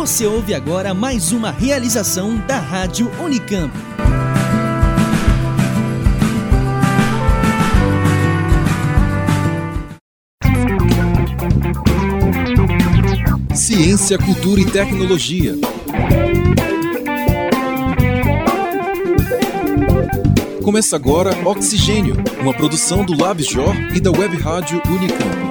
Você ouve agora mais uma realização da Rádio Unicamp. Ciência, cultura e tecnologia. Começa agora Oxigênio, uma produção do LabJOR e da Web Rádio Unicamp.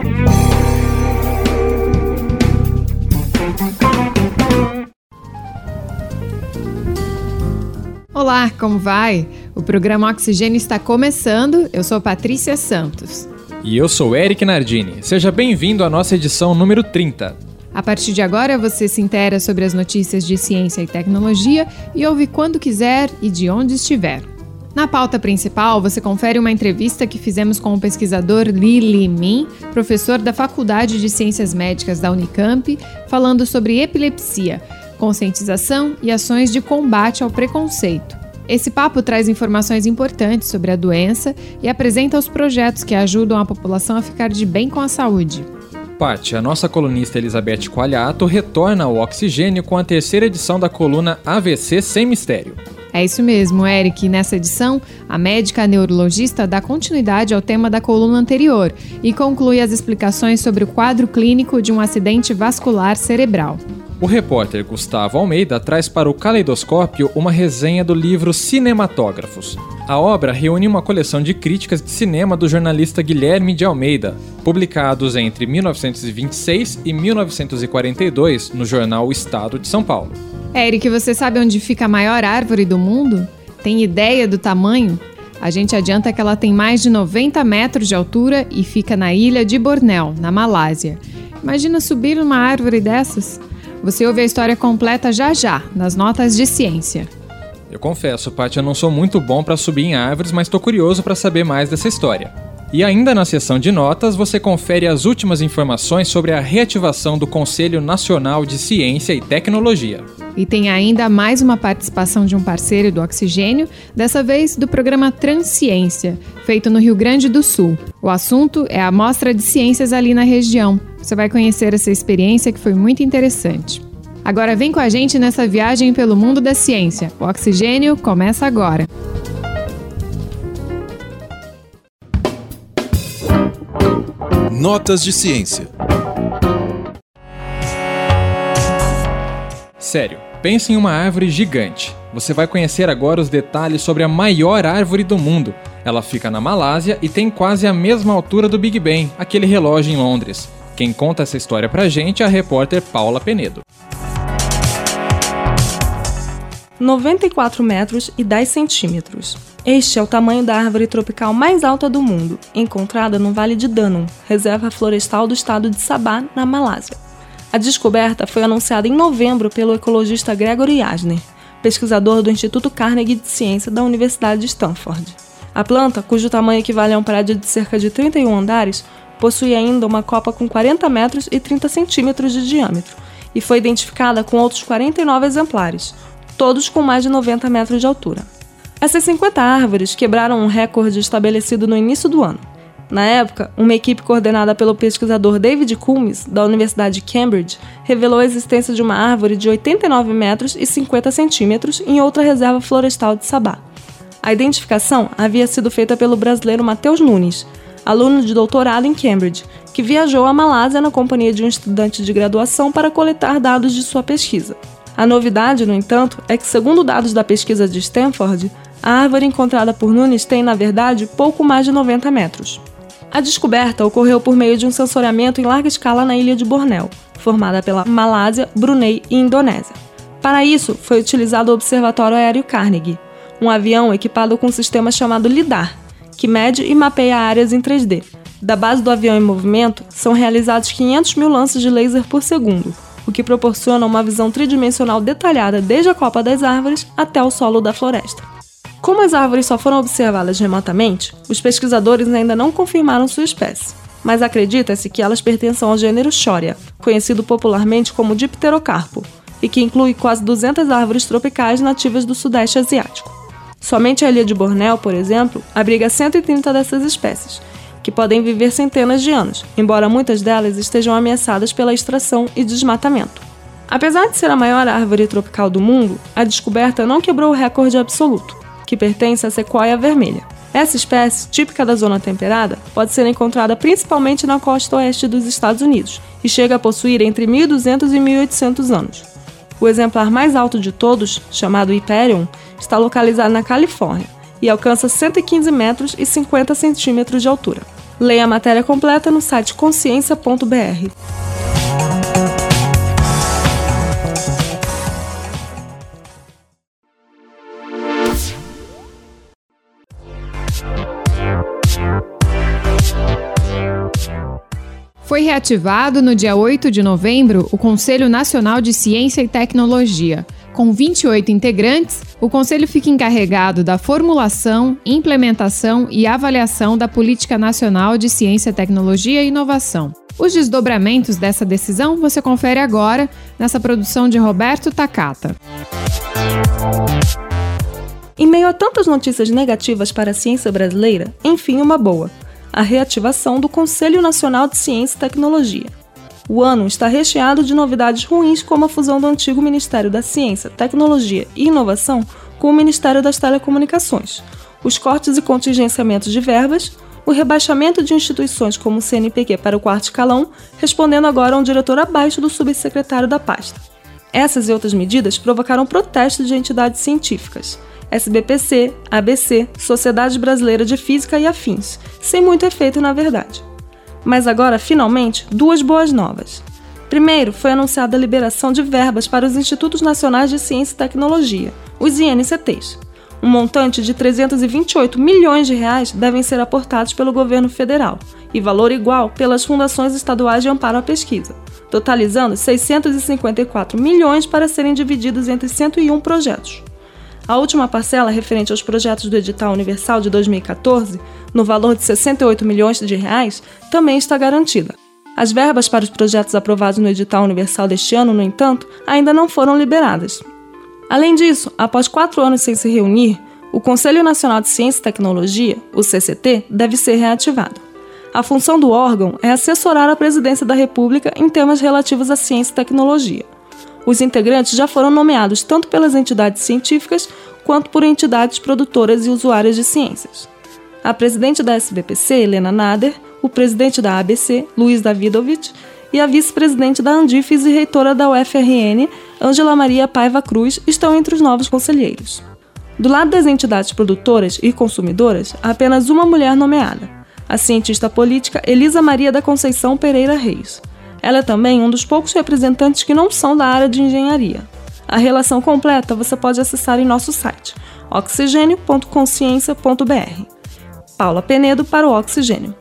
Olá, como vai? O programa Oxigênio está começando. Eu sou Patrícia Santos. E eu sou Eric Nardini. Seja bem-vindo à nossa edição número 30. A partir de agora, você se inteira sobre as notícias de ciência e tecnologia e ouve quando quiser e de onde estiver. Na pauta principal, você confere uma entrevista que fizemos com o pesquisador Li Limin, professor da Faculdade de Ciências Médicas da Unicamp, falando sobre epilepsia, conscientização e ações de combate ao preconceito. Esse papo traz informações importantes sobre a doença e apresenta os projetos que ajudam a população a ficar de bem com a saúde. Paty, a nossa colunista Elizabeth Coalhato retorna ao Oxigênio com a terceira edição da coluna AVC Sem Mistério. É isso mesmo, Eric. Nessa edição, a médica neurologista dá continuidade ao tema da coluna anterior e conclui as explicações sobre o quadro clínico de um acidente vascular cerebral. O repórter Gustavo Almeida traz para o Caleidoscópio uma resenha do livro Cinematógrafos. A obra reúne uma coleção de críticas de cinema do jornalista Guilherme de Almeida, publicados entre 1926 e 1942 no jornal O Estado de São Paulo. Eric, você sabe onde fica a maior árvore do mundo? Tem ideia do tamanho? A gente adianta que ela tem mais de 90 metros de altura e fica na ilha de Bornéu, na Malásia. Imagina subir numa árvore dessas? Você ouve a história completa já, nas notas de ciência. Eu confesso, Paty, eu não sou muito bom para subir em árvores, mas estou curioso para saber mais dessa história. E ainda na seção de notas, você confere as últimas informações sobre a reativação do Conselho Nacional de Ciência e Tecnologia. E tem ainda mais uma participação de um parceiro do Oxigênio, dessa vez do programa Transciência, feito no Rio Grande do Sul. O assunto é a Mostra de Ciências ali na região. Você vai conhecer essa experiência que foi muito interessante. Agora vem com a gente nessa viagem pelo mundo da ciência. O Oxigênio começa agora. Notas de ciência. Sério, pense em uma árvore gigante. Você vai conhecer agora os detalhes sobre a maior árvore do mundo. Ela fica na Malásia e tem quase a mesma altura do Big Ben, aquele relógio em Londres. Quem conta essa história pra gente é a repórter Paula Penedo. 94 metros e 10 centímetros. Este é o tamanho da árvore tropical mais alta do mundo, encontrada no Vale de Danum, reserva florestal do estado de Sabah, na Malásia. A descoberta foi anunciada em novembro pelo ecologista Gregory Yasner, pesquisador do Instituto Carnegie de Ciência da Universidade de Stanford. A planta, cujo tamanho equivale a um prédio de cerca de 31 andares, possui ainda uma copa com 40 metros e 30 centímetros de diâmetro e foi identificada com outros 49 exemplares, todos com mais de 90 metros de altura. Essas 50 árvores quebraram um recorde estabelecido no início do ano. Na época, uma equipe coordenada pelo pesquisador David Combs, da Universidade de Cambridge, revelou a existência de uma árvore de 89 metros e 50 centímetros em outra reserva florestal de Sabah. A identificação havia sido feita pelo brasileiro Matheus Nunes, aluno de doutorado em Cambridge, que viajou à Malásia na companhia de um estudante de graduação para coletar dados de sua pesquisa. A novidade, no entanto, é que, segundo dados da pesquisa de Stanford, a árvore encontrada por Nunes tem, na verdade, pouco mais de 90 metros. A descoberta ocorreu por meio de um sensoriamento em larga escala na ilha de Bornéu, formada pela Malásia, Brunei e Indonésia. Para isso, foi utilizado o Observatório Aéreo Carnegie, um avião equipado com um sistema chamado LIDAR, que mede e mapeia áreas em 3D. Da base do avião em movimento, são realizados 500 mil lances de laser por segundo, o que proporciona uma visão tridimensional detalhada desde a copa das árvores até o solo da floresta. Como as árvores só foram observadas remotamente, os pesquisadores ainda não confirmaram sua espécie, mas acredita-se que elas pertençam ao gênero Shorea, conhecido popularmente como Dipterocarpo, e que inclui quase 200 árvores tropicais nativas do Sudeste Asiático. Somente a ilha de Bornéu, por exemplo, abriga 130 dessas espécies, que podem viver centenas de anos, embora muitas delas estejam ameaçadas pela extração e desmatamento. Apesar de ser a maior árvore tropical do mundo, a descoberta não quebrou o recorde absoluto, que pertence à sequoia vermelha. Essa espécie, típica da zona temperada, pode ser encontrada principalmente na costa oeste dos Estados Unidos e chega a possuir entre 1.200 e 1.800 anos. O exemplar mais alto de todos, chamado Hyperion, está localizado na Califórnia e alcança 115 metros e 50 centímetros de altura. Leia a matéria completa no site consciência.br. Foi reativado no dia 8 de novembro o Conselho Nacional de Ciência e Tecnologia. Com 28 integrantes, o Conselho fica encarregado da formulação, implementação e avaliação da Política Nacional de Ciência, Tecnologia e Inovação. Os desdobramentos dessa decisão você confere agora nessa produção de Roberto Takata. Em meio a tantas notícias negativas para a ciência brasileira, enfim uma boa: a reativação do Conselho Nacional de Ciência e Tecnologia. O ano está recheado de novidades ruins, como a fusão do antigo Ministério da Ciência, Tecnologia e Inovação com o Ministério das Telecomunicações, os cortes e contingenciamentos de verbas, o rebaixamento de instituições como o CNPq para o 4º escalão, respondendo agora a um diretor abaixo do subsecretário da pasta. Essas e outras medidas provocaram protestos de entidades científicas, SBPC, ABC, Sociedade Brasileira de Física e afins, sem muito efeito na verdade. Mas agora, finalmente, duas boas novas. Primeiro, foi anunciada a liberação de verbas para os Institutos Nacionais de Ciência e Tecnologia, os INCTs. Um montante de R$ 328 milhões devem ser aportados pelo governo federal, e valor igual pelas fundações estaduais de amparo à pesquisa, totalizando R$ 654 milhões para serem divididos entre 101 projetos. A última parcela, referente aos projetos do Edital Universal de 2014, no valor de R$ 68 milhões, também está garantida. As verbas para os projetos aprovados no Edital Universal deste ano, no entanto, ainda não foram liberadas. Além disso, após 4 anos sem se reunir, o Conselho Nacional de Ciência e Tecnologia, o CCT, deve ser reativado. A função do órgão é assessorar a Presidência da República em temas relativos à ciência e tecnologia. Os integrantes já foram nomeados tanto pelas entidades científicas quanto por entidades produtoras e usuárias de ciências. A presidente da SBPC, Helena Nader, o presidente da ABC, Luiz Davidovich, e a vice-presidente da Andifes e reitora da UFRN, Ângela Maria Paiva Cruz, estão entre os novos conselheiros. Do lado das entidades produtoras e consumidoras, há apenas uma mulher nomeada, a cientista política Elisa Maria da Conceição Pereira Reis. Ela é também um dos poucos representantes que não são da área de engenharia. A relação completa você pode acessar em nosso site, oxigênio.consciência.br. Paula Penedo para o Oxigênio.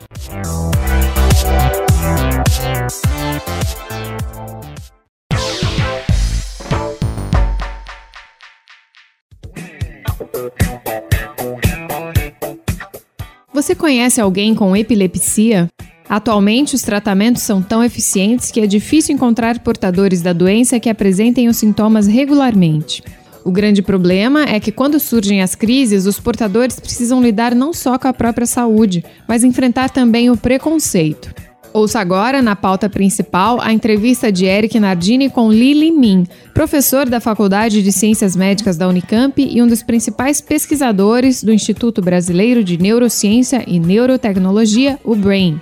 Você conhece alguém com epilepsia? Atualmente, os tratamentos são tão eficientes que é difícil encontrar portadores da doença que apresentem os sintomas regularmente. O grande problema é que quando surgem as crises, os portadores precisam lidar não só com a própria saúde, mas enfrentar também o preconceito. Ouça agora, na pauta principal, a entrevista de Eric Nardini com Lili Min, professor da Faculdade de Ciências Médicas da Unicamp e um dos principais pesquisadores do Instituto Brasileiro de Neurociência e Neurotecnologia, o BRAIN.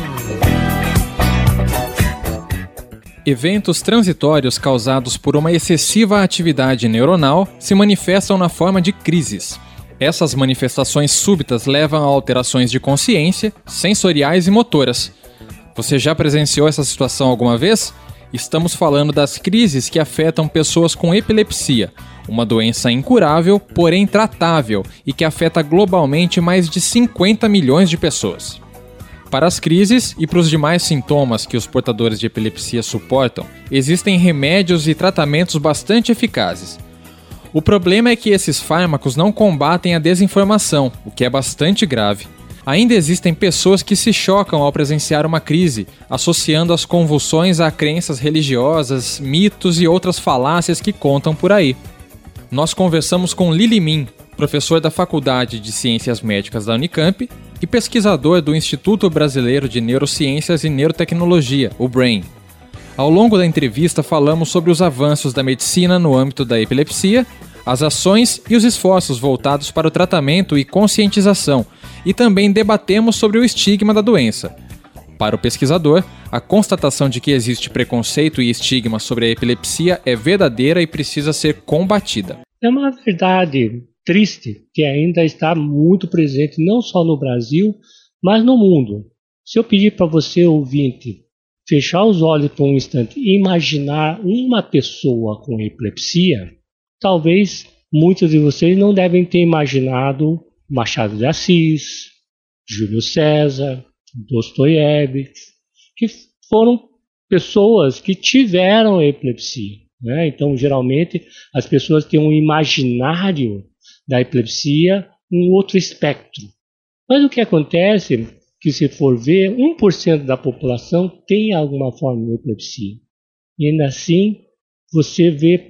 Eventos transitórios causados por uma excessiva atividade neuronal se manifestam na forma de crises. Essas manifestações súbitas levam a alterações de consciência, sensoriais e motoras. Você já presenciou essa situação alguma vez? Estamos falando das crises que afetam pessoas com epilepsia, uma doença incurável, porém tratável, e que afeta globalmente mais de 50 milhões de pessoas. Para as crises e para os demais sintomas que os portadores de epilepsia suportam, existem remédios e tratamentos bastante eficazes. O problema é que esses fármacos não combatem a desinformação, o que é bastante grave. Ainda existem pessoas que se chocam ao presenciar uma crise, associando as convulsões a crenças religiosas, mitos e outras falácias que contam por aí. Nós conversamos com Lili Min, professor da Faculdade de Ciências Médicas da Unicamp e pesquisador do Instituto Brasileiro de Neurociências e Neurotecnologia, o BRAIN. Ao longo da entrevista, falamos sobre os avanços da medicina no âmbito da epilepsia, as ações e os esforços voltados para o tratamento e conscientização, e também debatemos sobre o estigma da doença. Para o pesquisador, a constatação de que existe preconceito e estigma sobre a epilepsia é verdadeira e precisa ser combatida. É uma verdade triste que ainda está muito presente não só no Brasil, mas no mundo. Se eu pedir para você, ouvinte, fechar os olhos por um instante e imaginar uma pessoa com epilepsia, talvez muitos de vocês não devem ter imaginado Machado de Assis, Júlio César, Dostoiévski, que foram pessoas que tiveram epilepsia, né? Então, geralmente, as pessoas têm um imaginário da epilepsia, um outro espectro. Mas o que acontece, que se for ver, 1% da população tem alguma forma de epilepsia. E ainda assim, você vê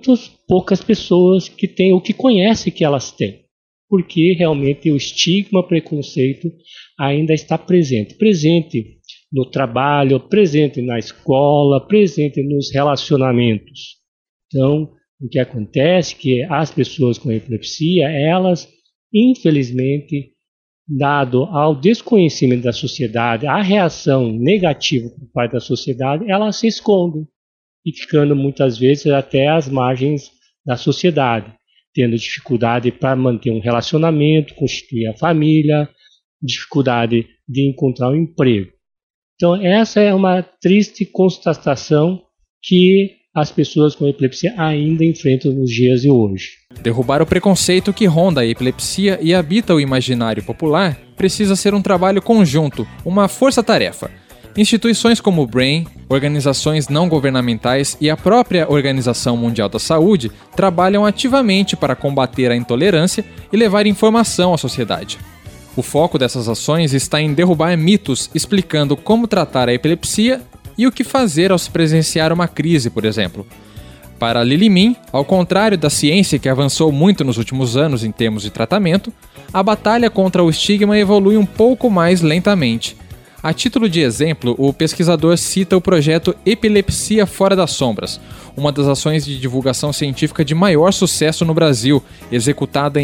poucas pessoas que têm ou que conhecem que elas têm. Porque realmente o estigma, preconceito ainda está presente. Presente no trabalho, presente na escola, presente nos relacionamentos. Então, o que acontece é que as pessoas com epilepsia, elas, infelizmente, dado ao desconhecimento da sociedade, a reação negativa por parte da sociedade, elas se escondem e ficando muitas vezes até às margens da sociedade, tendo dificuldade para manter um relacionamento, constituir a família, dificuldade de encontrar um emprego. Então, essa é uma triste constatação que as pessoas com epilepsia ainda enfrentam nos dias de hoje. Derrubar o preconceito que ronda a epilepsia e habita o imaginário popular precisa ser um trabalho conjunto, uma força-tarefa. Instituições como o BRAIN, organizações não governamentais e a própria Organização Mundial da Saúde trabalham ativamente para combater a intolerância e levar informação à sociedade. O foco dessas ações está em derrubar mitos explicando como tratar a epilepsia e o que fazer ao se presenciar uma crise, por exemplo. Para Lili Min, ao contrário da ciência que avançou muito nos últimos anos em termos de tratamento, a batalha contra o estigma evolui um pouco mais lentamente. A título de exemplo, o pesquisador cita o projeto Epilepsia Fora das Sombras, uma das ações de divulgação científica de maior sucesso no Brasil, executada em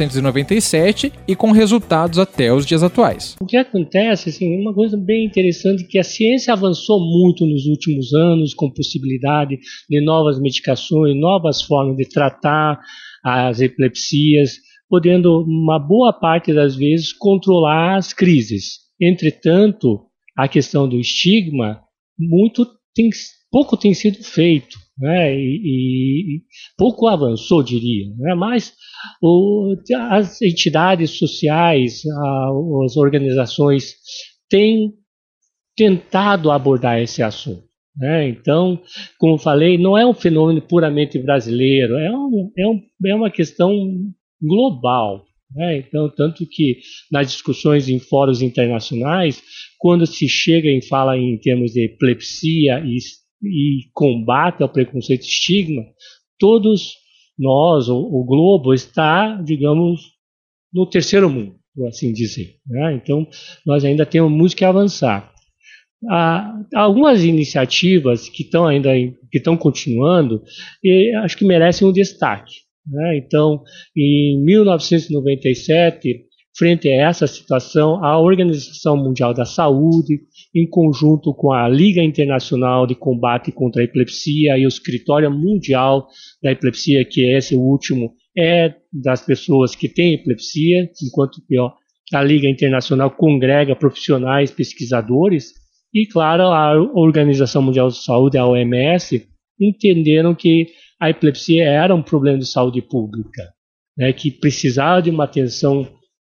1997 e com resultados até os dias atuais. O que acontece, é uma coisa bem interessante, que a ciência avançou muito nos últimos anos, com possibilidade de novas medicações, novas formas de tratar as epilepsias, podendo, uma boa parte das vezes, controlar as crises. Entretanto, a questão do estigma, pouco tem sido feito, né? E pouco avançou, diria, né? Mas as entidades sociais, as organizações têm tentado abordar esse assunto, né? Então, como falei, não é um fenômeno puramente brasileiro, é uma questão global. Então, tanto que nas discussões em fóruns internacionais, quando se chega e fala em termos de epilepsia e combate ao preconceito e estigma, todos nós, o globo, está, digamos, no terceiro mundo, por assim dizer. Então, nós ainda temos muito que avançar. Há algumas iniciativas que estão continuando e acho que merecem um destaque. Então, em 1997, frente a essa situação, a Organização Mundial da Saúde, em conjunto com a Liga Internacional de Combate contra a Epilepsia e o Escritório Mundial da Epilepsia, que esse último é das pessoas que têm epilepsia, enquanto a Liga Internacional congrega profissionais, pesquisadores, e, claro, a Organização Mundial da Saúde, a OMS, entenderam que a epilepsia era um problema de saúde pública, né, que precisava de uma atenção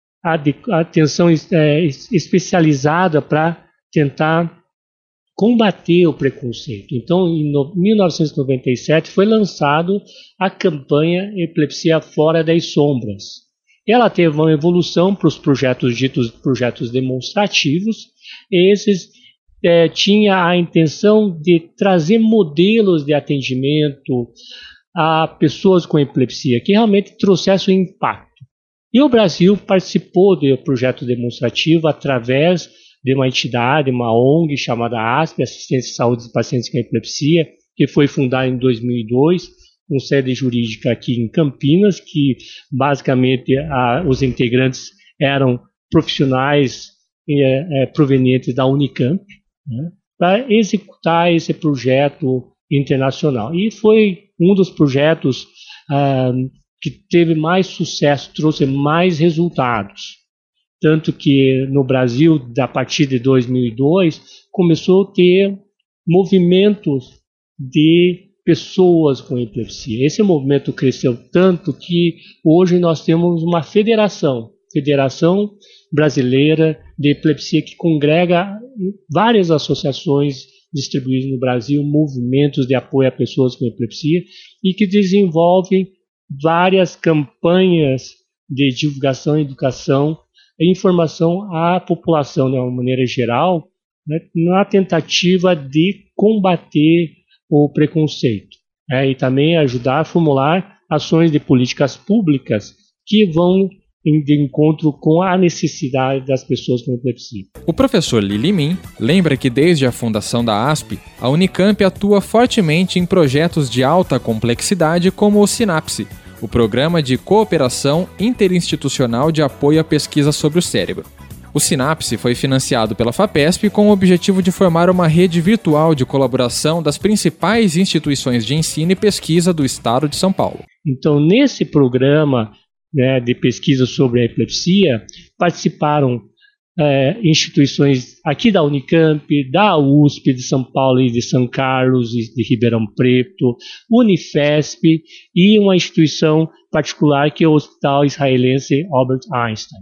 especializada para tentar combater o preconceito. Então, em 1997, foi lançado a campanha Epilepsia Fora das Sombras. Ela teve uma evolução para os projetos ditos projetos demonstrativos. Esses tinha a intenção de trazer modelos de atendimento a pessoas com epilepsia, que realmente trouxessem um impacto. E o Brasil participou do projeto demonstrativo através de uma entidade, uma ONG chamada ASP, Assistência à Saúde dos Pacientes com Epilepsia, que foi fundada em 2002, com sede jurídica aqui em Campinas, que basicamente os integrantes eram profissionais provenientes da Unicamp, né, para executar esse projeto internacional. E foi um dos projetos que teve mais sucesso, trouxe mais resultados. Tanto que no Brasil, a partir de 2002, começou a ter movimentos de pessoas com epilepsia. Esse movimento cresceu tanto que hoje nós temos uma Federação Brasileira de Epilepsia, que congrega várias associações distribuídas no Brasil, movimentos de apoio a pessoas com epilepsia, e que desenvolvem várias campanhas de divulgação e educação e informação à população, de uma maneira geral, né, na tentativa de combater o preconceito, e também ajudar a formular ações de políticas públicas que vão de encontro com a necessidade das pessoas com epilepsia. O professor Lili Min lembra que desde a fundação da ASP, a Unicamp atua fortemente em projetos de alta complexidade como o SINAPSE, o Programa de Cooperação Interinstitucional de Apoio à Pesquisa sobre o Cérebro. O SINAPSE foi financiado pela FAPESP com o objetivo de formar uma rede virtual de colaboração das principais instituições de ensino e pesquisa do estado de São Paulo. Então, nesse programa de pesquisa sobre a epilepsia, participaram instituições aqui da Unicamp, da USP de São Paulo e de São Carlos e de Ribeirão Preto, Unifesp e uma instituição particular que é o Hospital Israelense Albert Einstein.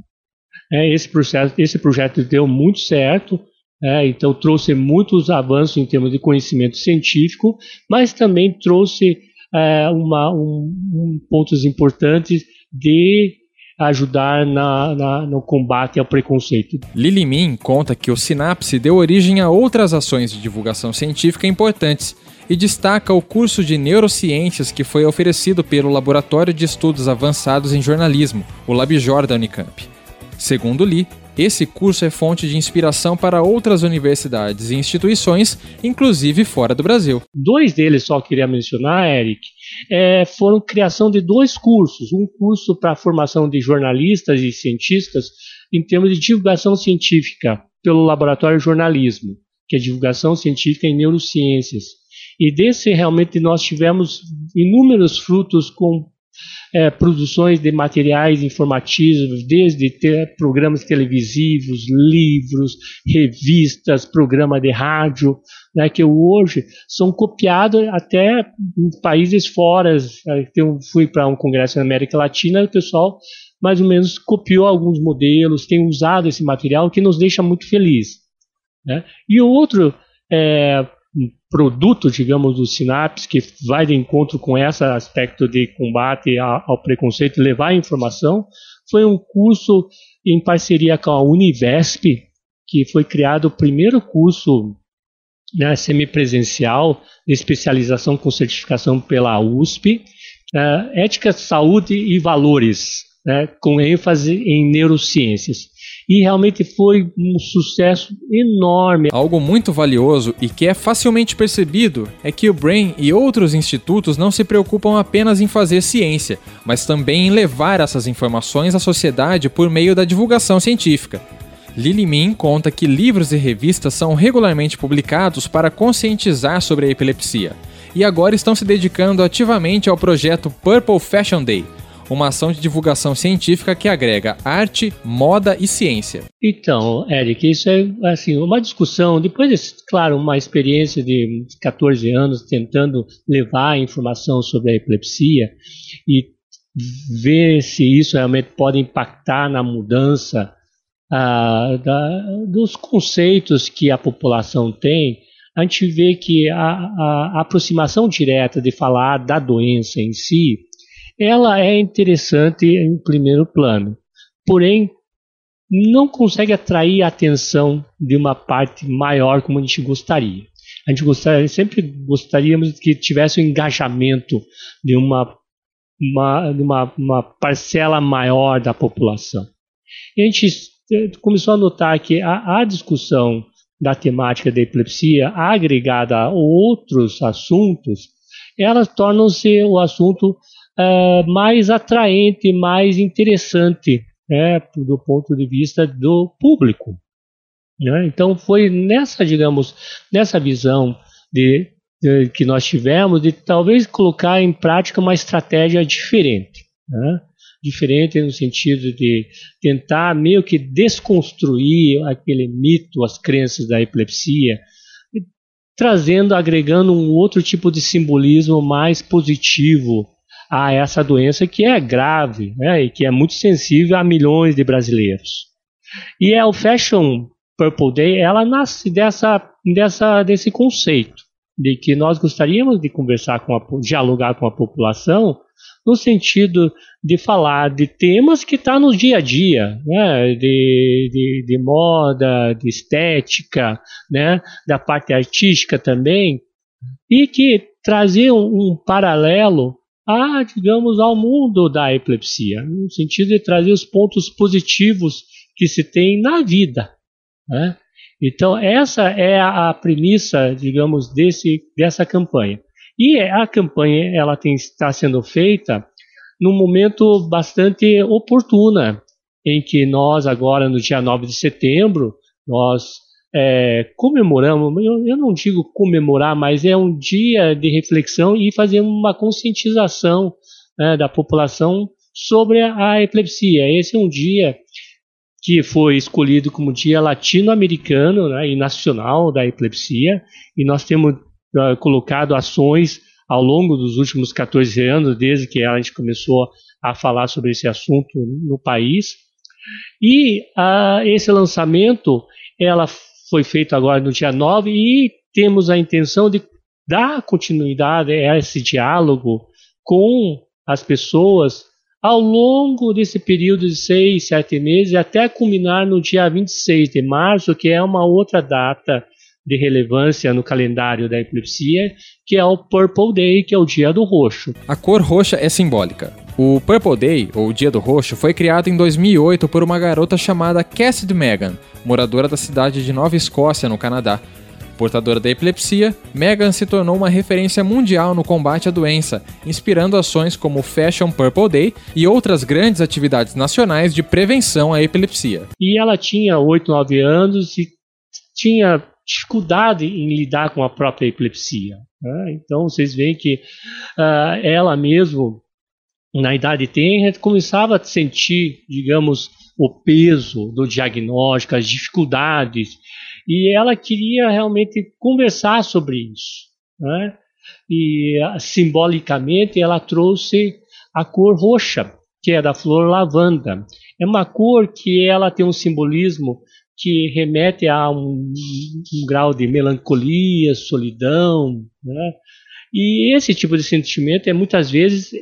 Esse projeto deu muito certo, então trouxe muitos avanços em termos de conhecimento científico, mas também trouxe pontos importantes de ajudar no combate ao preconceito. Lili Min conta que o SINAPSE deu origem a outras ações de divulgação científica importantes e destaca o curso de neurociências que foi oferecido pelo Laboratório de Estudos Avançados em Jornalismo, o LabJOR da Unicamp. Segundo Li, esse curso é fonte de inspiração para outras universidades e instituições, inclusive fora do Brasil. 2 deles, só queria mencionar, Eric, foram criação de 2 cursos. Um curso para a formação de jornalistas e cientistas em termos de divulgação científica pelo Laboratório de Jornalismo, que é divulgação científica em neurociências. E desse realmente nós tivemos inúmeros frutos com produções de materiais informativos, desde programas televisivos, livros, revistas, programa de rádio, que hoje são copiados até em países fora. Fui para um congresso na América Latina e o pessoal mais ou menos copiou alguns modelos, tem usado esse material, que nos deixa muito felizes. E o outro produto, digamos, do SINAPSE, que vai de encontro com esse aspecto de combate ao preconceito e levar a informação, foi um curso em parceria com a Univesp, que foi criado o primeiro curso semipresencial de especialização com certificação pela USP, Ética, Saúde e Valores, com ênfase em neurociências. E realmente foi um sucesso enorme. Algo muito valioso e que é facilmente percebido é que o BRAIN e outros institutos não se preocupam apenas em fazer ciência, mas também em levar essas informações à sociedade por meio da divulgação científica. Lili Min conta que livros e revistas são regularmente publicados para conscientizar sobre a epilepsia, e agora estão se dedicando ativamente ao projeto Purple Fashion Day, uma ação de divulgação científica que agrega arte, moda e ciência. Então, Eric, isso é assim, uma discussão, depois de, claro, uma experiência de 14 anos tentando levar a informação sobre a epilepsia e ver se isso realmente pode impactar na mudança dos conceitos que a população tem. A gente vê que a aproximação direta de falar da doença em si, ela é interessante em primeiro plano, porém não consegue atrair a atenção de uma parte maior como a gente gostaria. A gente sempre gostaríamos que tivesse um engajamento de uma parcela maior da população. E a gente começou a notar que a discussão da temática da epilepsia, agregada a outros assuntos, elas tornam-se o assunto mais atraente, mais interessante, do ponto de vista do público. Né? Então foi nessa visão que nós tivemos de talvez colocar em prática uma estratégia diferente. Né? Diferente no sentido de tentar meio que desconstruir aquele mito, as crenças da epilepsia, agregando um outro tipo de simbolismo mais positivo a essa doença que é grave, né, e que é muito sensível a milhões de brasileiros. E o Fashion Purple Day, ela nasce desse conceito de que nós gostaríamos de dialogar com a população no sentido de falar de temas que estão no dia a dia, né, de moda, de estética, né, da parte artística também, e que trazer um paralelo ao mundo da epilepsia, no sentido de trazer os pontos positivos que se tem na vida, né? Então, essa é a premissa, dessa campanha. E a campanha está sendo feita num momento bastante oportuno, em que nós agora, no dia 9 de setembro, nós comemoramos, eu não digo comemorar, mas é um dia de reflexão e fazer uma conscientização, né, da população sobre a epilepsia. Esse é um dia que foi escolhido como dia latino-americano, né, e nacional da epilepsia, e nós temos colocado ações ao longo dos últimos 14 anos, desde que a gente começou a falar sobre esse assunto no país. E esse lançamento foi feito agora no dia 9 e temos a intenção de dar continuidade a esse diálogo com as pessoas ao longo desse período de 6, 7 meses, até culminar no dia 26 de março, que é uma outra data de relevância no calendário da epilepsia, que é o Purple Day, que é o Dia do Roxo. A cor roxa é simbólica. O Purple Day, ou Dia do Roxo, foi criado em 2008 por uma garota chamada Cassidy Megan, moradora da cidade de Nova Escócia, no Canadá. Portadora da epilepsia, Megan se tornou uma referência mundial no combate à doença, inspirando ações como o Fashion Purple Day e outras grandes atividades nacionais de prevenção à epilepsia. E ela tinha 8, 9 anos e tinha dificuldade em lidar com a própria epilepsia, né? Então vocês veem que ela mesmo, na idade tenra, começava a sentir, o peso do diagnóstico, as dificuldades, e ela queria realmente conversar sobre isso, né? E simbolicamente ela trouxe a cor roxa, que é da flor lavanda. É uma cor que ela tem um simbolismo que remete a um grau de melancolia, solidão, né? E esse tipo de sentimento muitas vezes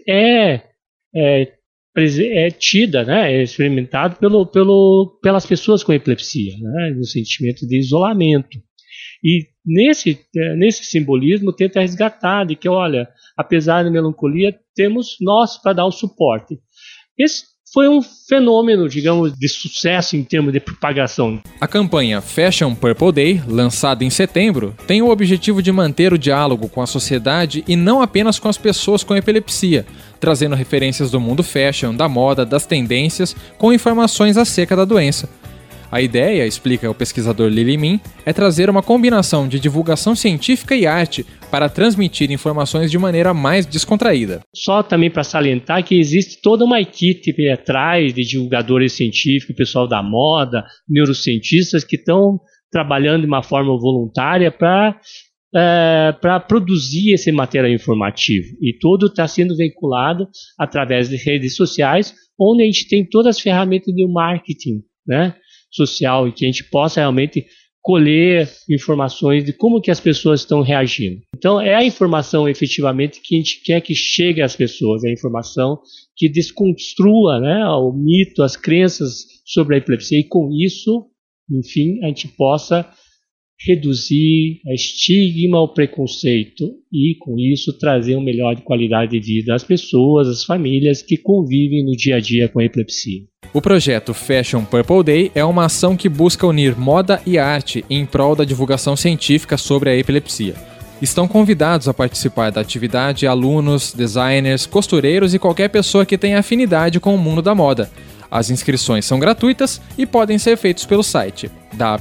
tida, né, é experimentado pelas pessoas com epilepsia, né, no sentimento de isolamento. E nesse simbolismo tenta resgatar de que, olha, apesar da melancolia, temos nós para dar o suporte. Esse foi um fenômeno, de sucesso em termos de propagação. A campanha Fashion Purple Day, lançada em setembro, tem o objetivo de manter o diálogo com a sociedade e não apenas com as pessoas com epilepsia, trazendo referências do mundo fashion, da moda, das tendências, com informações acerca da doença. A ideia, explica o pesquisador Lili Min, é trazer uma combinação de divulgação científica e arte para transmitir informações de maneira mais descontraída. Só também para salientar que existe toda uma equipe atrás de divulgadores científicos, pessoal da moda, neurocientistas que estão trabalhando de uma forma voluntária para produzir esse material informativo. E tudo está sendo veiculado através de redes sociais, onde a gente tem todas as ferramentas de marketing, né, social, e que a gente possa realmente colher informações de como que as pessoas estão reagindo. Então é a informação efetivamente que a gente quer que chegue às pessoas, é a informação que desconstrua, né, o mito, as crenças sobre a epilepsia, e com isso, enfim, a gente possa reduzir o estigma, o preconceito, e com isso trazer uma melhor qualidade de vida às pessoas, às famílias que convivem no dia a dia com a epilepsia. O projeto Fashion Purple Day é uma ação que busca unir moda e arte em prol da divulgação científica sobre a epilepsia. Estão convidados a participar da atividade alunos, designers, costureiros e qualquer pessoa que tenha afinidade com o mundo da moda. As inscrições são gratuitas e podem ser feitas pelo site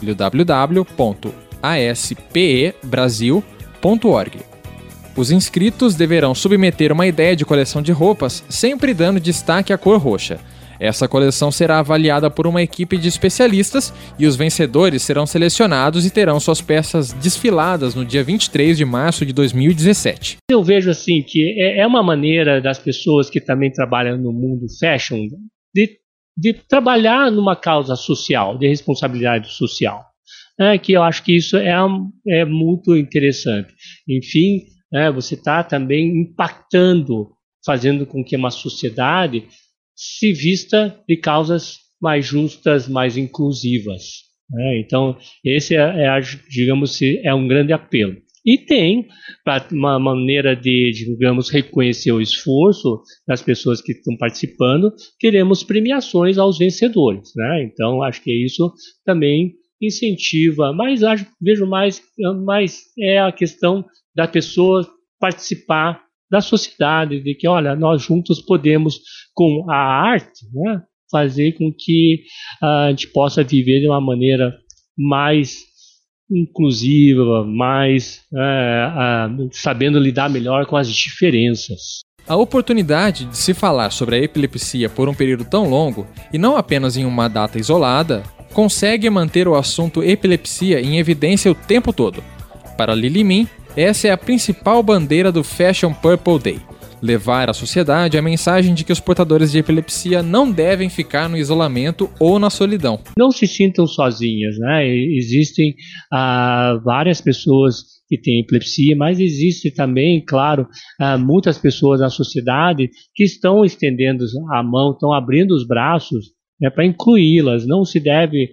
www.aspebrasil.org. Os inscritos deverão submeter uma ideia de coleção de roupas, sempre dando destaque à cor roxa. Essa coleção será avaliada por uma equipe de especialistas e os vencedores serão selecionados e terão suas peças desfiladas no dia 23 de março de 2017. Eu vejo assim que é uma maneira das pessoas que também trabalham no mundo fashion de trabalhar numa causa social, de responsabilidade social. Que eu acho que isso é muito interessante. Enfim, você está também impactando, fazendo com que uma sociedade se vista de causas mais justas, mais inclusivas. Então, esse digamos, é um grande apelo. E tem uma maneira de, digamos, reconhecer o esforço das pessoas que estão participando, teremos premiações aos vencedores. Então, acho que isso também incentiva, mas vejo mais é a questão da pessoa participar da sociedade, de que, olha, nós juntos podemos, com a arte, fazer com que a gente possa viver de uma maneira mais inclusiva, mais sabendo lidar melhor com as diferenças. A oportunidade de se falar sobre a epilepsia por um período tão longo, e não apenas em uma data isolada, consegue manter o assunto epilepsia em evidência o tempo todo. Para Lili Min, essa é a principal bandeira do Fashion Purple Day: levar à sociedade a mensagem de que os portadores de epilepsia não devem ficar no isolamento ou na solidão. Não se sintam sozinhas, Existem várias pessoas que têm epilepsia, mas existe também, claro, muitas pessoas na sociedade que estão estendendo a mão, estão abrindo os braços para incluí-las. Não se deve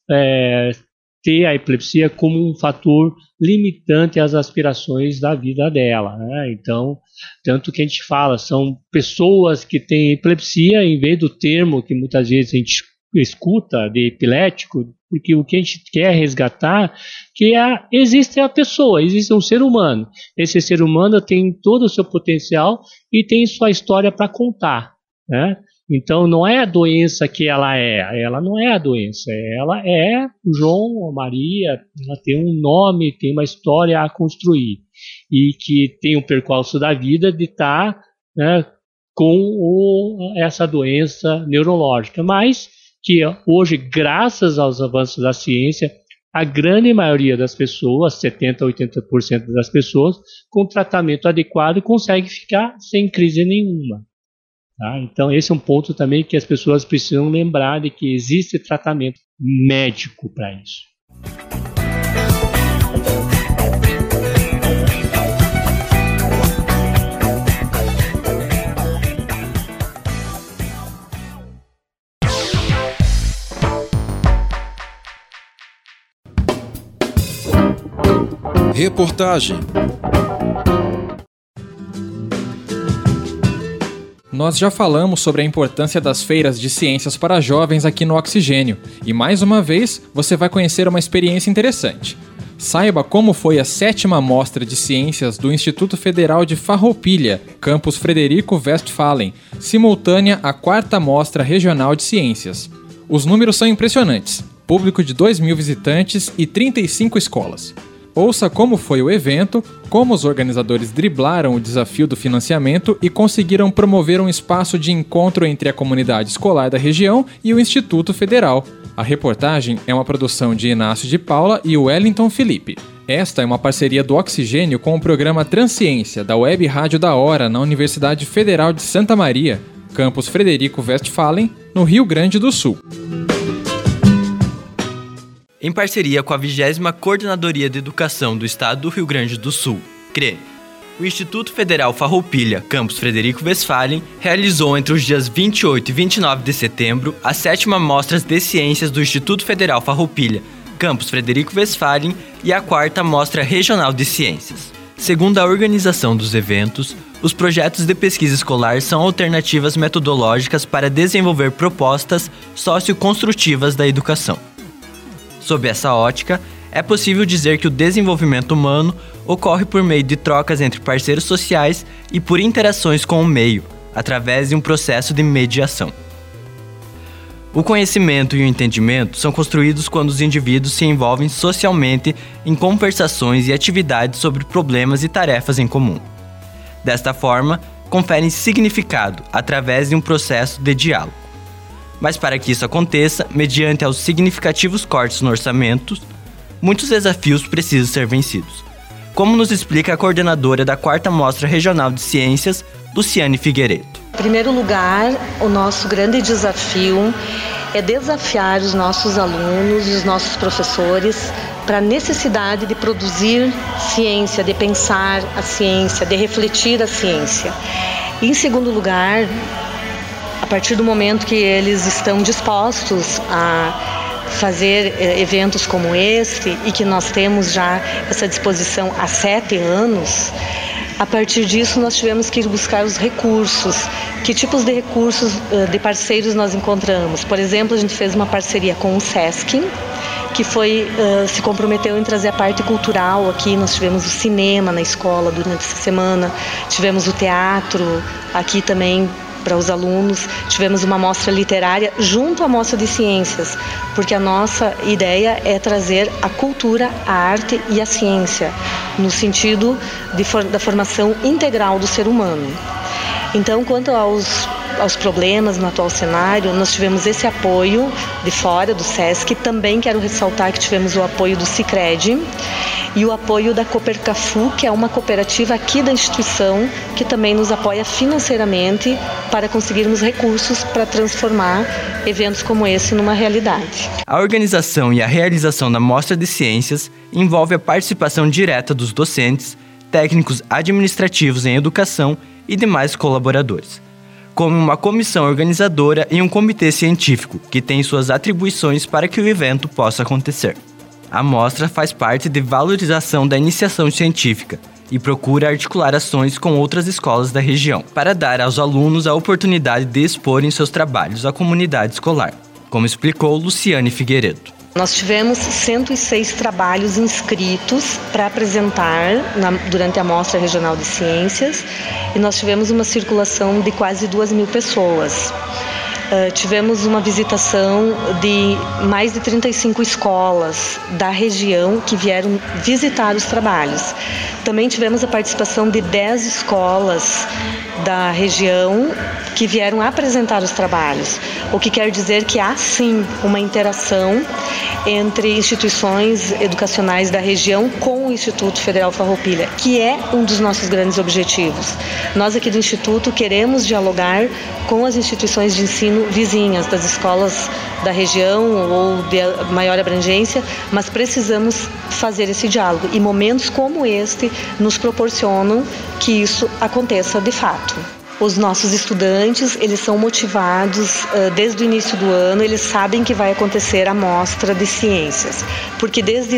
ter a epilepsia como um fator limitante às aspirações da vida dela. Então, tanto que a gente fala, são pessoas que têm epilepsia, em vez do termo que muitas vezes a gente escuta de epilético, porque o que a gente quer resgatar que existe a pessoa, existe um ser humano. Esse ser humano tem todo o seu potencial e tem sua história para contar. Então, não é a doença que ela não é a doença, ela é o João, a Maria, ela tem um nome, tem uma história a construir, e que tem um percurso da vida de estar com essa doença neurológica, mas que hoje, graças aos avanços da ciência, a grande maioria das pessoas, 70% a 80% das pessoas, com tratamento adequado, consegue ficar sem crise nenhuma. Então esse é um ponto também que as pessoas precisam lembrar, de que existe tratamento médico para isso. Reportagem. Nós já falamos sobre a importância das feiras de ciências para jovens aqui no Oxigênio, e mais uma vez você vai conhecer uma experiência interessante. Saiba como foi a 7ª Mostra de Ciências do Instituto Federal de Farroupilha, campus Frederico Westphalen, simultânea à 4ª Mostra Regional de Ciências. Os números são impressionantes: público de 2.000 visitantes e 35 escolas. Ouça como foi o evento, como os organizadores driblaram o desafio do financiamento e conseguiram promover um espaço de encontro entre a comunidade escolar da região e o Instituto Federal. A reportagem é uma produção de Inácio de Paula e Wellington Felipe. Esta é uma parceria do Oxigênio com o programa Transciência, da Web Rádio da Hora, na Universidade Federal de Santa Maria, campus Frederico Westphalen, no Rio Grande do Sul. Em parceria com a 20ª Coordenadoria de Educação do Estado do Rio Grande do Sul, CRE, o Instituto Federal Farroupilha, campus Frederico Westphalen, realizou entre os dias 28 e 29 de setembro a 7ª Mostra de Ciências do Instituto Federal Farroupilha, campus Frederico Westphalen, e a 4ª Mostra Regional de Ciências. Segundo a organização dos eventos, os projetos de pesquisa escolar são alternativas metodológicas para desenvolver propostas socioconstrutivas da educação. Sob essa ótica, é possível dizer que o desenvolvimento humano ocorre por meio de trocas entre parceiros sociais e por interações com o meio, através de um processo de mediação. O conhecimento e o entendimento são construídos quando os indivíduos se envolvem socialmente em conversações e atividades sobre problemas e tarefas em comum. Desta forma, conferem significado através de um processo de diálogo. Mas para que isso aconteça, mediante aos significativos cortes no orçamento, muitos desafios precisam ser vencidos. Como nos explica a coordenadora da 4ª Mostra Regional de Ciências, Luciane Figueiredo. Em primeiro lugar, o nosso grande desafio é desafiar os nossos alunos e os nossos professores para a necessidade de produzir ciência, de pensar a ciência, de refletir a ciência. E, em segundo lugar, a partir do momento que eles estão dispostos a fazer eventos como este e que nós temos já essa disposição há 7 anos, a partir disso nós tivemos que ir buscar os recursos. Que tipos de recursos de parceiros nós encontramos? Por exemplo, a gente fez uma parceria com o SESC, que se comprometeu em trazer a parte cultural aqui. Nós tivemos o cinema na escola durante essa semana, tivemos o teatro aqui também para os alunos, tivemos uma mostra literária junto à mostra de ciências, porque a nossa ideia é trazer a cultura, a arte e a ciência, no sentido da formação integral do ser humano. Então, quanto aos problemas no atual cenário, nós tivemos esse apoio de fora do SESC. Também quero ressaltar que tivemos o apoio do Sicredi e o apoio da Copercafu, que é uma cooperativa aqui da instituição, que também nos apoia financeiramente para conseguirmos recursos para transformar eventos como esse numa realidade. A organização e a realização da Mostra de Ciências envolve a participação direta dos docentes, técnicos administrativos em educação e demais colaboradores, como uma comissão organizadora e um comitê científico, que tem suas atribuições para que o evento possa acontecer. A mostra faz parte de valorização da iniciação científica e procura articular ações com outras escolas da região, para dar aos alunos a oportunidade de exporem seus trabalhos à comunidade escolar, como explicou Luciane Figueiredo. Nós tivemos 106 trabalhos inscritos para apresentar durante a Mostra Regional de Ciências e nós tivemos uma circulação de quase 2.000 pessoas. Tivemos uma visitação de mais de 35 escolas da região que vieram visitar os trabalhos. Também tivemos a participação de 10 escolas da região que vieram apresentar os trabalhos, o que quer dizer que há sim uma interação entre instituições educacionais da região com o Instituto Federal Farroupilha, que é um dos nossos grandes objetivos. Nós aqui do Instituto queremos dialogar com as instituições de ensino vizinhas, das escolas da região ou de maior abrangência, mas precisamos fazer esse diálogo e momentos como este nos proporcionam que isso aconteça de fato. Os nossos estudantes, eles são motivados desde o início do ano, eles sabem que vai acontecer a Mostra de Ciências, porque desde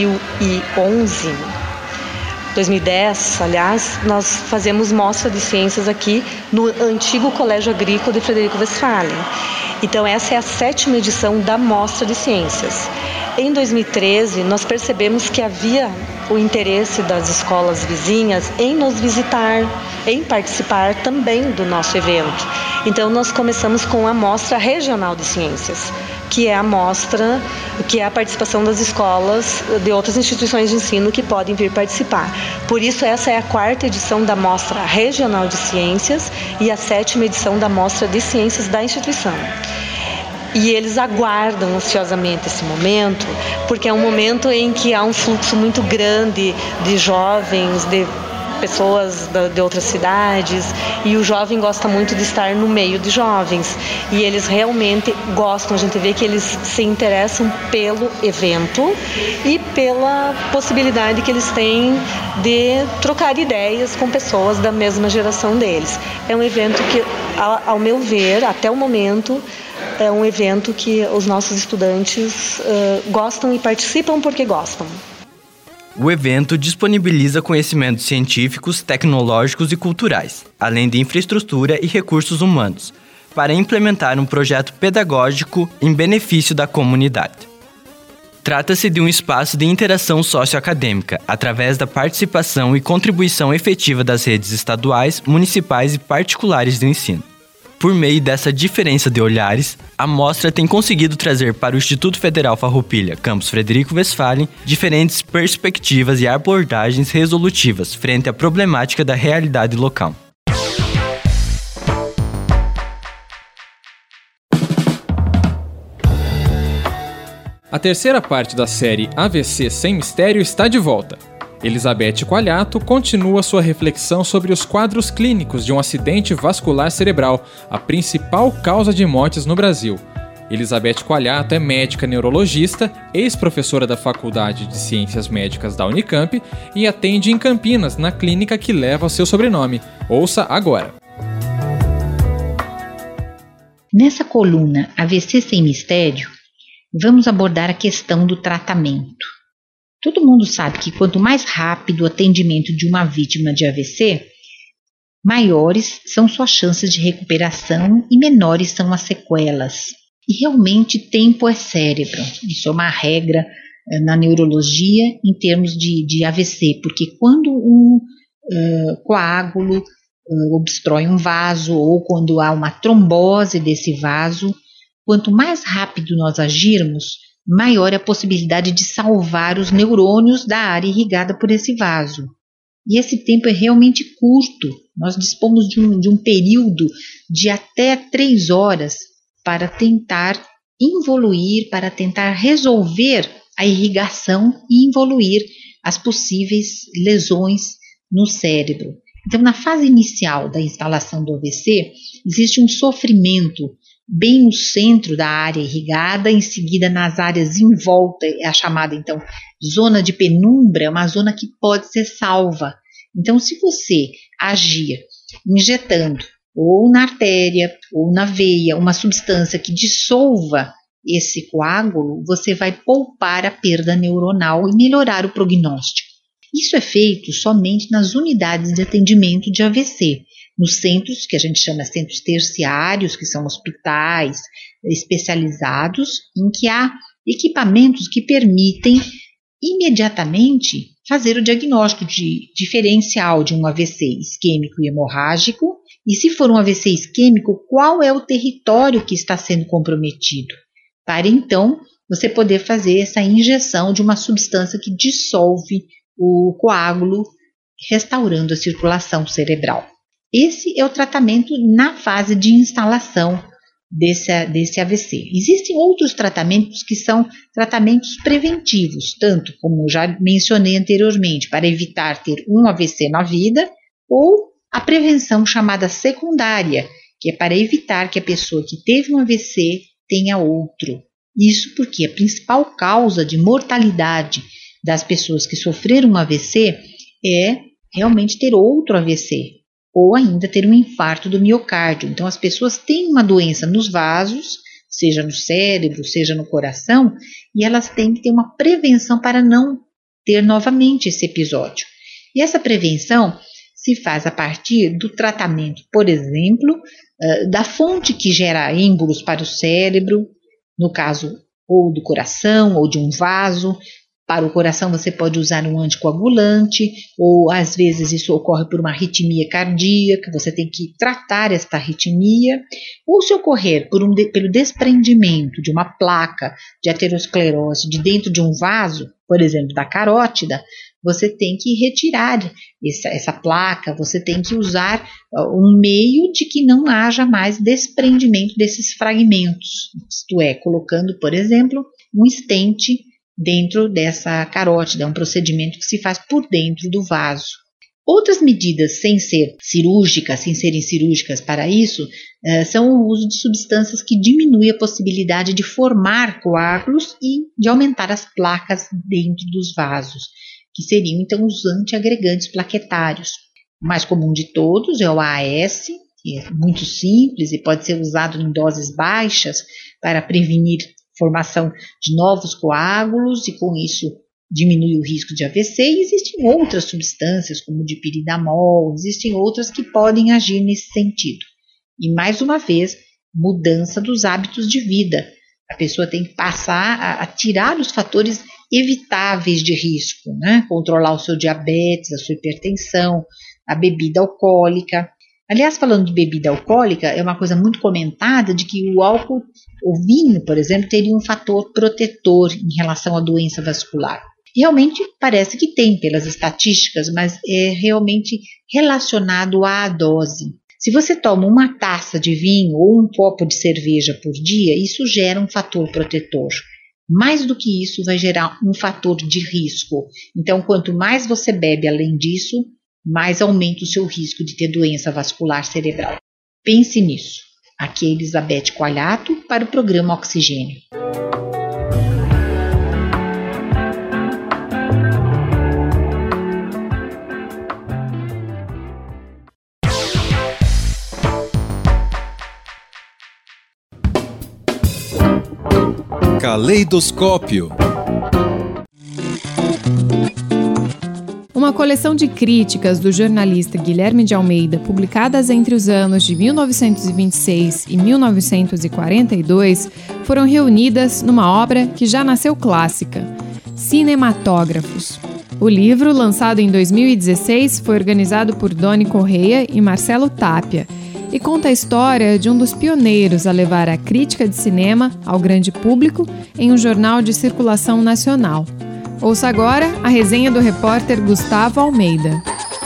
2010, aliás, nós fazemos Mostra de Ciências aqui no antigo Colégio Agrícola de Frederico Westphalen. Então essa é a 7ª edição da Mostra de Ciências. Em 2013, nós percebemos que havia o interesse das escolas vizinhas em nos visitar, em participar também do nosso evento. Então nós começamos com a Mostra Regional de Ciências, que é a mostra, que é a participação das escolas de outras instituições de ensino que podem vir participar. Por isso, essa é a 4ª edição da Mostra Regional de Ciências e a 7ª edição da Mostra de Ciências da instituição. E eles aguardam ansiosamente esse momento, porque é um momento em que há um fluxo muito grande de jovens, de pessoas de outras cidades, e o jovem gosta muito de estar no meio de jovens, e eles realmente gostam, a gente vê que eles se interessam pelo evento e pela possibilidade que eles têm de trocar ideias com pessoas da mesma geração deles. É um evento que, ao meu ver, até o momento, é um evento que os nossos estudantes gostam e participam porque gostam. O evento disponibiliza conhecimentos científicos, tecnológicos e culturais, além de infraestrutura e recursos humanos, para implementar um projeto pedagógico em benefício da comunidade. Trata-se de um espaço de interação socioacadêmica, através da participação e contribuição efetiva das redes estaduais, municipais e particulares de ensino. Por meio dessa diferença de olhares, a mostra tem conseguido trazer para o Instituto Federal Farroupilha, campus Frederico Westphalen, diferentes perspectivas e abordagens resolutivas frente à problemática da realidade local. A terceira parte da série AVC Sem Mistério está de volta. Elizabeth Qualiato continua sua reflexão sobre os quadros clínicos de um acidente vascular cerebral, a principal causa de mortes no Brasil. Elizabeth Qualiato é médica neurologista, ex-professora da Faculdade de Ciências Médicas da Unicamp e atende em Campinas, na clínica que leva seu sobrenome. Ouça agora. Nessa coluna AVC Sem Mistério, vamos abordar a questão do tratamento. Todo mundo sabe que quanto mais rápido o atendimento de uma vítima de AVC, maiores são suas chances de recuperação e menores são as sequelas. E realmente tempo é cérebro. Isso é uma regra na neurologia em termos de AVC, porque quando um coágulo obstrói um vaso ou quando há uma trombose desse vaso, quanto mais rápido nós agirmos, maior é a possibilidade de salvar os neurônios da área irrigada por esse vaso. E esse tempo é realmente curto. Nós dispomos de um período de até 3 horas para tentar involuir, para tentar resolver a irrigação e involuir as possíveis lesões no cérebro. Então, na fase inicial da instalação do AVC, existe um sofrimento bem no centro da área irrigada, em seguida nas áreas em volta, é a chamada então zona de penumbra, é uma zona que pode ser salva. Então, se você agir injetando ou na artéria ou na veia uma substância que dissolva esse coágulo, você vai poupar a perda neuronal e melhorar o prognóstico. Isso é feito somente nas unidades de atendimento de AVC, nos centros que a gente chama centros terciários, que são hospitais especializados, em que há equipamentos que permitem imediatamente fazer o diagnóstico diferencial de um AVC isquêmico e hemorrágico, e se for um AVC isquêmico, qual é o território que está sendo comprometido, para então você poder fazer essa injeção de uma substância que dissolve o coágulo, restaurando a circulação cerebral. Esse é o tratamento na fase de instalação desse AVC. Existem outros tratamentos que são tratamentos preventivos, tanto como já mencionei anteriormente, para evitar ter um AVC na vida, ou a prevenção chamada secundária, que é para evitar que a pessoa que teve um AVC tenha outro. Isso porque a principal causa de mortalidade das pessoas que sofreram um AVC é realmente ter outro AVC, ou ainda ter um infarto do miocárdio. Então, as pessoas têm uma doença nos vasos, seja no cérebro, seja no coração, e elas têm que ter uma prevenção para não ter novamente esse episódio. E essa prevenção se faz a partir do tratamento, por exemplo, da fonte que gera êmbolos para o cérebro, no caso ou do coração ou de um vaso. Para o coração você pode usar um anticoagulante, ou às vezes isso ocorre por uma arritmia cardíaca, você tem que tratar esta arritmia, ou se ocorrer pelo desprendimento de uma placa de aterosclerose de dentro de um vaso, por exemplo, da carótida, você tem que retirar essa placa, você tem que usar um meio de que não haja mais desprendimento desses fragmentos, isto é, colocando, por exemplo, um stent dentro dessa carótida, é um procedimento que se faz por dentro do vaso. Outras medidas sem serem cirúrgicas para isso, são o uso de substâncias que diminuem a possibilidade de formar coágulos e de aumentar as placas dentro dos vasos, que seriam então os antiagregantes plaquetários. O mais comum de todos é o AAS, que é muito simples e pode ser usado em doses baixas para prevenir formação de novos coágulos e com isso diminui o risco de AVC, e existem outras substâncias, como o dipiridamol, existem outras que podem agir nesse sentido. E, mais uma vez, mudança dos hábitos de vida. A pessoa tem que passar a tirar os fatores evitáveis de risco, né? Controlar o seu diabetes, a sua hipertensão, a bebida alcoólica. Aliás, falando de bebida alcoólica, é uma coisa muito comentada de que o álcool, o vinho, por exemplo, teria um fator protetor em relação à doença vascular. Realmente parece que tem pelas estatísticas, mas é realmente relacionado à dose. Se você toma uma taça de vinho ou um copo de cerveja por dia, isso gera um fator protetor. Mais do que isso, vai gerar um fator de risco. Então, quanto mais você bebe além disso, mais aumenta o seu risco de ter doença vascular cerebral. Pense nisso. Aqui é Elizabeth Coalhato para o programa Oxigênio. Caleidoscópio. Uma coleção de críticas do jornalista Guilherme de Almeida, publicadas entre os anos de 1926 e 1942, foram reunidas numa obra que já nasceu clássica, Cinematógrafos. O livro, lançado em 2016, foi organizado por Doni Correia e Marcelo Tapia e conta a história de um dos pioneiros a levar a crítica de cinema ao grande público em um jornal de circulação nacional. Ouça agora a resenha do repórter Gustavo Almeida.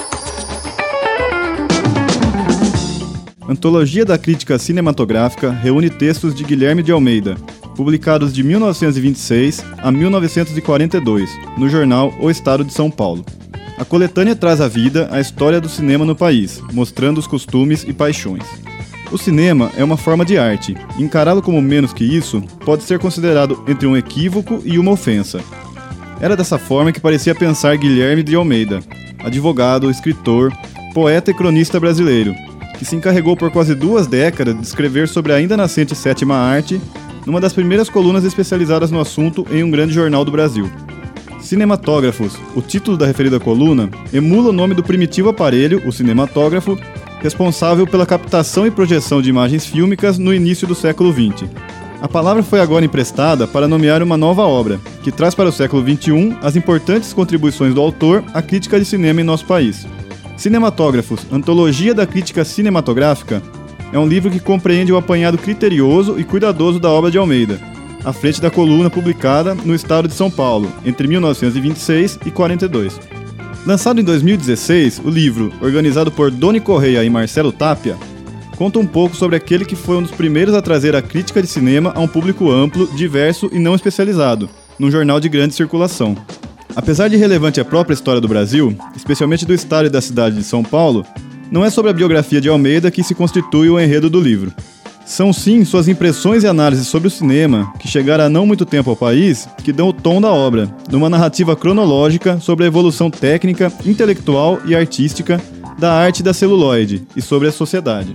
Antologia da Crítica Cinematográfica reúne textos de Guilherme de Almeida, publicados de 1926 a 1942, no jornal O Estado de São Paulo. A coletânea traz à vida a história do cinema no país, mostrando os costumes e paixões. O cinema é uma forma de arte, e encará-lo como menos que isso pode ser considerado entre um equívoco e uma ofensa. Era dessa forma que parecia pensar Guilherme de Almeida, advogado, escritor, poeta e cronista brasileiro, que se encarregou por quase 2 décadas de escrever sobre a ainda nascente sétima arte, numa das primeiras colunas especializadas no assunto em um grande jornal do Brasil. Cinematógrafos, o título da referida coluna, emula o nome do primitivo aparelho, o cinematógrafo, responsável pela captação e projeção de imagens fílmicas no início do século XX. A palavra foi agora emprestada para nomear uma nova obra, que traz para o século XXI as importantes contribuições do autor à crítica de cinema em nosso país. Cinematógrafos, Antologia da Crítica Cinematográfica, é um livro que compreende o apanhado criterioso e cuidadoso da obra de Almeida, à frente da coluna publicada no Estado de São Paulo, entre 1926 e 42. Lançado em 2016, o livro, organizado por Doni Correia e Marcelo Tapia, conta um pouco sobre aquele que foi um dos primeiros a trazer a crítica de cinema a um público amplo, diverso e não especializado, num jornal de grande circulação. Apesar de relevante à própria história do Brasil, especialmente do estado e da cidade de São Paulo, não é sobre a biografia de Almeida que se constitui o enredo do livro. São sim suas impressões e análises sobre o cinema, que chegaram há não muito tempo ao país, que dão o tom da obra, numa narrativa cronológica sobre a evolução técnica, intelectual e artística da arte da celuloide e sobre a sociedade.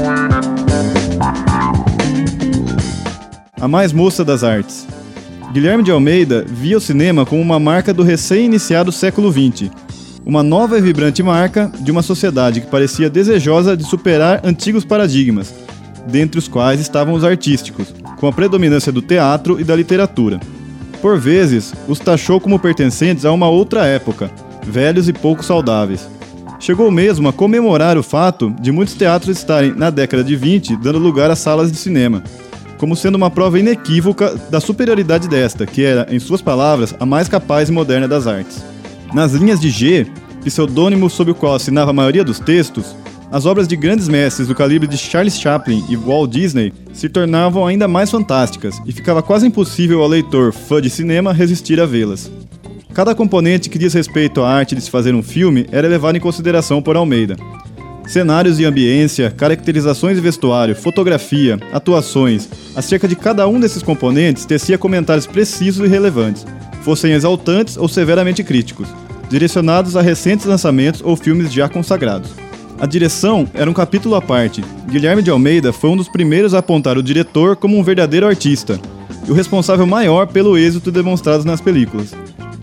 A mais moça das artes. Guilherme de Almeida via o cinema como uma marca do recém-iniciado século XX, uma nova e vibrante marca de uma sociedade que parecia desejosa de superar antigos paradigmas, dentre os quais estavam os artísticos, com a predominância do teatro e da literatura. Por vezes, os taxou como pertencentes a uma outra época, velhos e pouco saudáveis. Chegou mesmo a comemorar o fato de muitos teatros estarem, na década de 20, dando lugar a salas de cinema, como sendo uma prova inequívoca da superioridade desta, que era, em suas palavras, a mais capaz e moderna das artes. Nas linhas de G, pseudônimo sob o qual assinava a maioria dos textos, as obras de grandes mestres do calibre de Charles Chaplin e Walt Disney se tornavam ainda mais fantásticas e ficava quase impossível ao leitor fã de cinema resistir a vê-las. Cada componente que diz respeito à arte de se fazer um filme era levado em consideração por Almeida. Cenários e ambiência, caracterizações e vestuário, fotografia, atuações, acerca de cada um desses componentes tecia comentários precisos e relevantes, fossem exaltantes ou severamente críticos, direcionados a recentes lançamentos ou filmes já consagrados. A direção era um capítulo à parte. Guilherme de Almeida foi um dos primeiros a apontar o diretor como um verdadeiro artista, e o responsável maior pelo êxito demonstrado nas películas.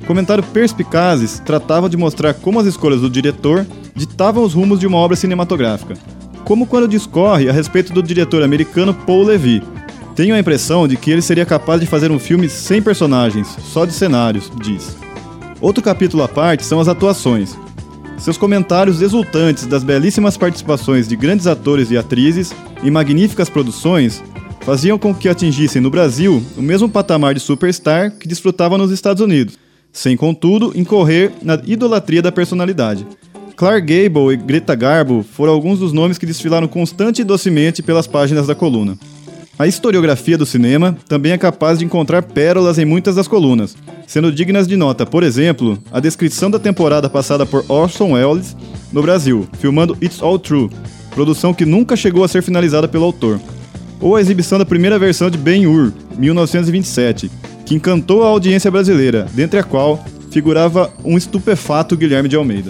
Comentário perspicazes tratava de mostrar como as escolhas do diretor ditavam os rumos de uma obra cinematográfica, como quando discorre a respeito do diretor americano Paul Levy. Tenho a impressão de que ele seria capaz de fazer um filme sem personagens, só de cenários, diz. Outro capítulo à parte são as atuações. Seus comentários exultantes das belíssimas participações de grandes atores e atrizes em magníficas produções faziam com que atingissem no Brasil o mesmo patamar de superstar que desfrutavam nos Estados Unidos, sem, contudo, incorrer na idolatria da personalidade. Clark Gable e Greta Garbo foram alguns dos nomes que desfilaram constante e docemente pelas páginas da coluna. A historiografia do cinema também é capaz de encontrar pérolas em muitas das colunas, sendo dignas de nota, por exemplo, a descrição da temporada passada por Orson Welles no Brasil, filmando It's All True, produção que nunca chegou a ser finalizada pelo autor, ou a exibição da primeira versão de Ben-Hur, 1927, que encantou a audiência brasileira, dentre a qual figurava um estupefato Guilherme de Almeida.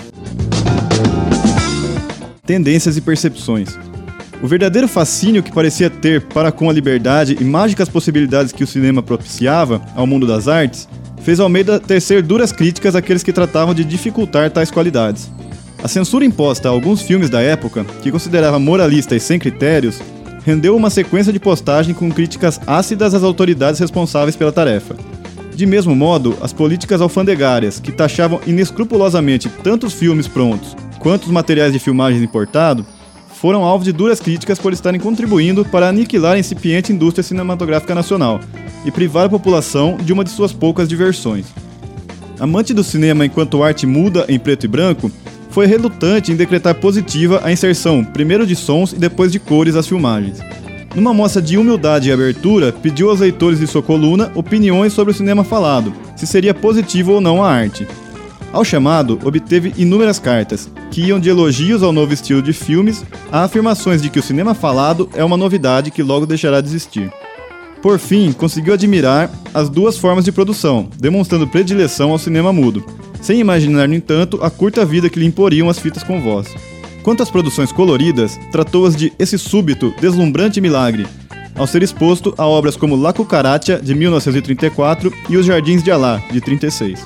Tendências e percepções. O verdadeiro fascínio que parecia ter para com a liberdade e mágicas possibilidades que o cinema propiciava ao mundo das artes fez Almeida tecer duras críticas àqueles que tratavam de dificultar tais qualidades. A censura imposta a alguns filmes da época, que considerava moralistas e sem critérios, rendeu uma sequência de postagem com críticas ácidas às autoridades responsáveis pela tarefa. De mesmo modo, as políticas alfandegárias, que taxavam inescrupulosamente tanto os filmes prontos quanto os materiais de filmagens importados, foram alvo de duras críticas por estarem contribuindo para aniquilar a incipiente indústria cinematográfica nacional e privar a população de uma de suas poucas diversões. Amante do cinema enquanto arte muda em preto e branco, foi relutante em decretar positiva a inserção primeiro de sons e depois de cores às filmagens. Numa mostra de humildade e abertura, pediu aos leitores de sua coluna opiniões sobre o cinema falado, se seria positivo ou não a arte. Ao chamado, obteve inúmeras cartas, que iam de elogios ao novo estilo de filmes a afirmações de que o cinema falado é uma novidade que logo deixará de existir. Por fim, conseguiu admirar as duas formas de produção, demonstrando predileção ao cinema mudo, sem imaginar, no entanto, a curta vida que lhe imporiam as fitas com voz. Quanto às produções coloridas, tratou-as de esse súbito, deslumbrante milagre, ao ser exposto a obras como La Cucaracha, de 1934, e Os Jardins de Alá, de 1936.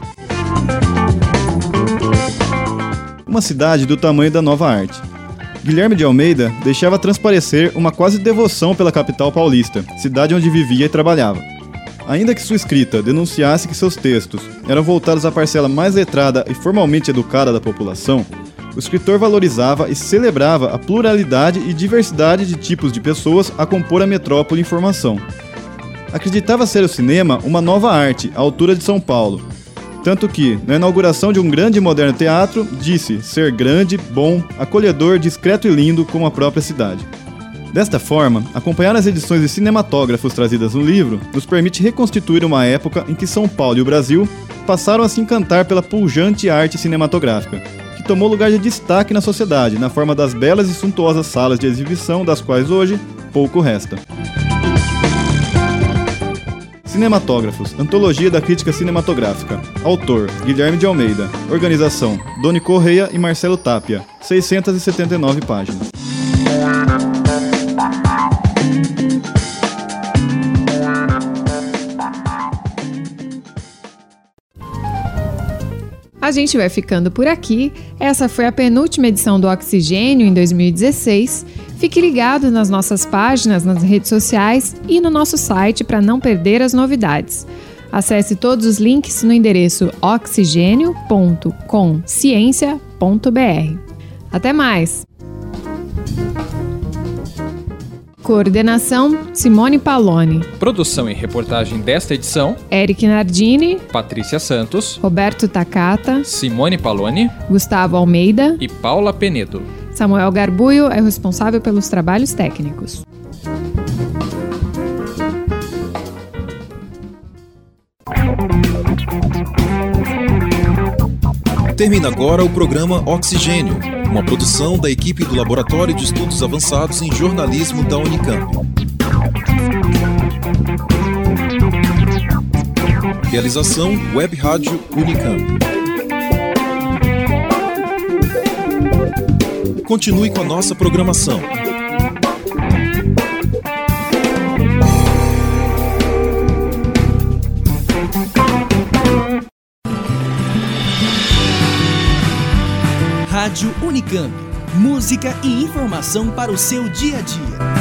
Uma cidade do tamanho da nova arte. Guilherme de Almeida deixava transparecer uma quase devoção pela capital paulista, cidade onde vivia e trabalhava. Ainda que sua escrita denunciasse que seus textos eram voltados à parcela mais letrada e formalmente educada da população, o escritor valorizava e celebrava a pluralidade e diversidade de tipos de pessoas a compor a metrópole em formação. Acreditava ser o cinema uma nova arte à altura de São Paulo, tanto que, na inauguração de um grande e moderno teatro, disse ser grande, bom, acolhedor, discreto e lindo como a própria cidade. Desta forma, acompanhar as edições de cinematógrafos trazidas no livro nos permite reconstituir uma época em que São Paulo e o Brasil passaram a se encantar pela pujante arte cinematográfica, que tomou lugar de destaque na sociedade, na forma das belas e suntuosas salas de exibição, das quais hoje pouco resta. Cinematógrafos, Antologia da Crítica Cinematográfica. Autor, Guilherme de Almeida. Organização, Doni Correia e Marcelo Tapia. 679 páginas. A gente vai ficando por aqui. Essa foi a penúltima edição do Oxigênio em 2016. Fique ligado nas nossas páginas, nas redes sociais e no nosso site para não perder as novidades. Acesse todos os links no endereço oxigênio.consciência.br. Até mais! Coordenação, Simone Paloni. Produção e reportagem desta edição, Eric Nardini, Patrícia Santos, Roberto Takata, Simone Paloni, Gustavo Almeida e Paula Penedo. Samuel Garbuio é o responsável pelos trabalhos técnicos. Termina agora o programa Oxigênio, uma produção da equipe do Laboratório de Estudos Avançados em Jornalismo da Unicamp. Realização Web Rádio Unicamp. Continue com a nossa programação. Rádio Unicamp. Música e informação para o seu dia a dia.